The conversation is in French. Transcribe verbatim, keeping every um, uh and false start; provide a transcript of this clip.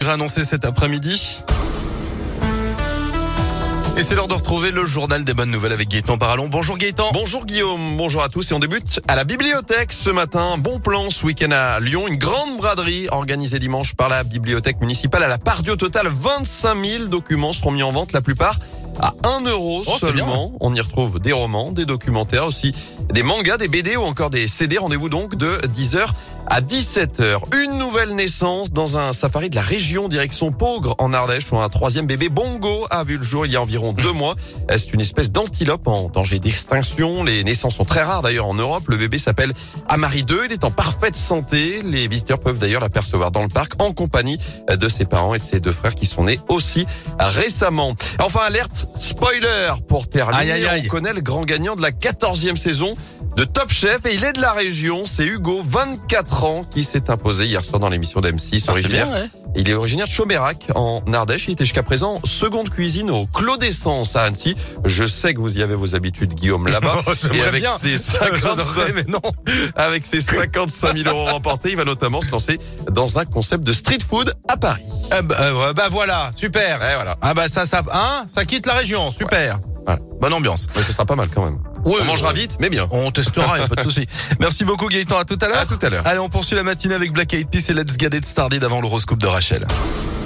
déjà annoncé cet après-midi. Et c'est l'heure de retrouver le journal des bonnes nouvelles avec Gaëtan Parallon. Bonjour Gaëtan. Bonjour Guillaume, bonjour à tous et on débute à la bibliothèque ce matin. Bon plan ce week-end à Lyon, une grande braderie organisée dimanche par la bibliothèque municipale à la Part-Dieu. Au total, vingt-cinq mille documents seront mis en vente, la plupart à un euro oh, seulement. On y retrouve des romans, des documentaires aussi, des mangas, des B D ou encore des C D. Rendez-vous donc de dix heures à dix-sept heures. Une nouvelle naissance dans un safari de la région direction Peaugres en Ardèche où un troisième bébé bongo a vu le jour il y a environ deux mois. C'est une espèce d'antilope en danger d'extinction. Les naissances sont très rares d'ailleurs en Europe. Le bébé s'appelle Amari deux. Il est en parfaite santé. Les visiteurs peuvent d'ailleurs l'apercevoir dans le parc en compagnie de ses parents et de ses deux frères qui sont nés aussi récemment. Enfin, alerte spoiler pour terminer. Aïe, aïe, aïe. On connaît le grand gagnant de la quatorzième saison de Top Chef et il est de la région. C'est Hugo, vingt-quatre ans, qui s'est imposé hier soir dans l'émission d'M six. Ah, originaire. bien, ouais. Il est originaire de Chaumérac en Ardèche. Il était jusqu'à présent seconde cuisine au Clos d'Essence à Annecy. Je sais que vous y avez vos habitudes, Guillaume, là-bas. Oh, et avec bien. ses cinquante-cinq, mais non. avec ses cinquante-cinq mille euros remportés, il va notamment se lancer dans un concept de street food à Paris. Ah bah, euh, bah voilà, super. Ouais, voilà. Ah bah ça, ça, hein, ça quitte la région, super. Voilà. Bonne ambiance. Ouais, ce sera pas mal quand même. Ouais, on mangera ouais. vite, mais bien. On testera, y a pas de souci. Merci beaucoup Gaëtan, à tout à l'heure. À tout à l'heure. Allez, on poursuit la matinée avec Black Eyed Peas et Let's Get It Started avant l'horoscope de Rachel.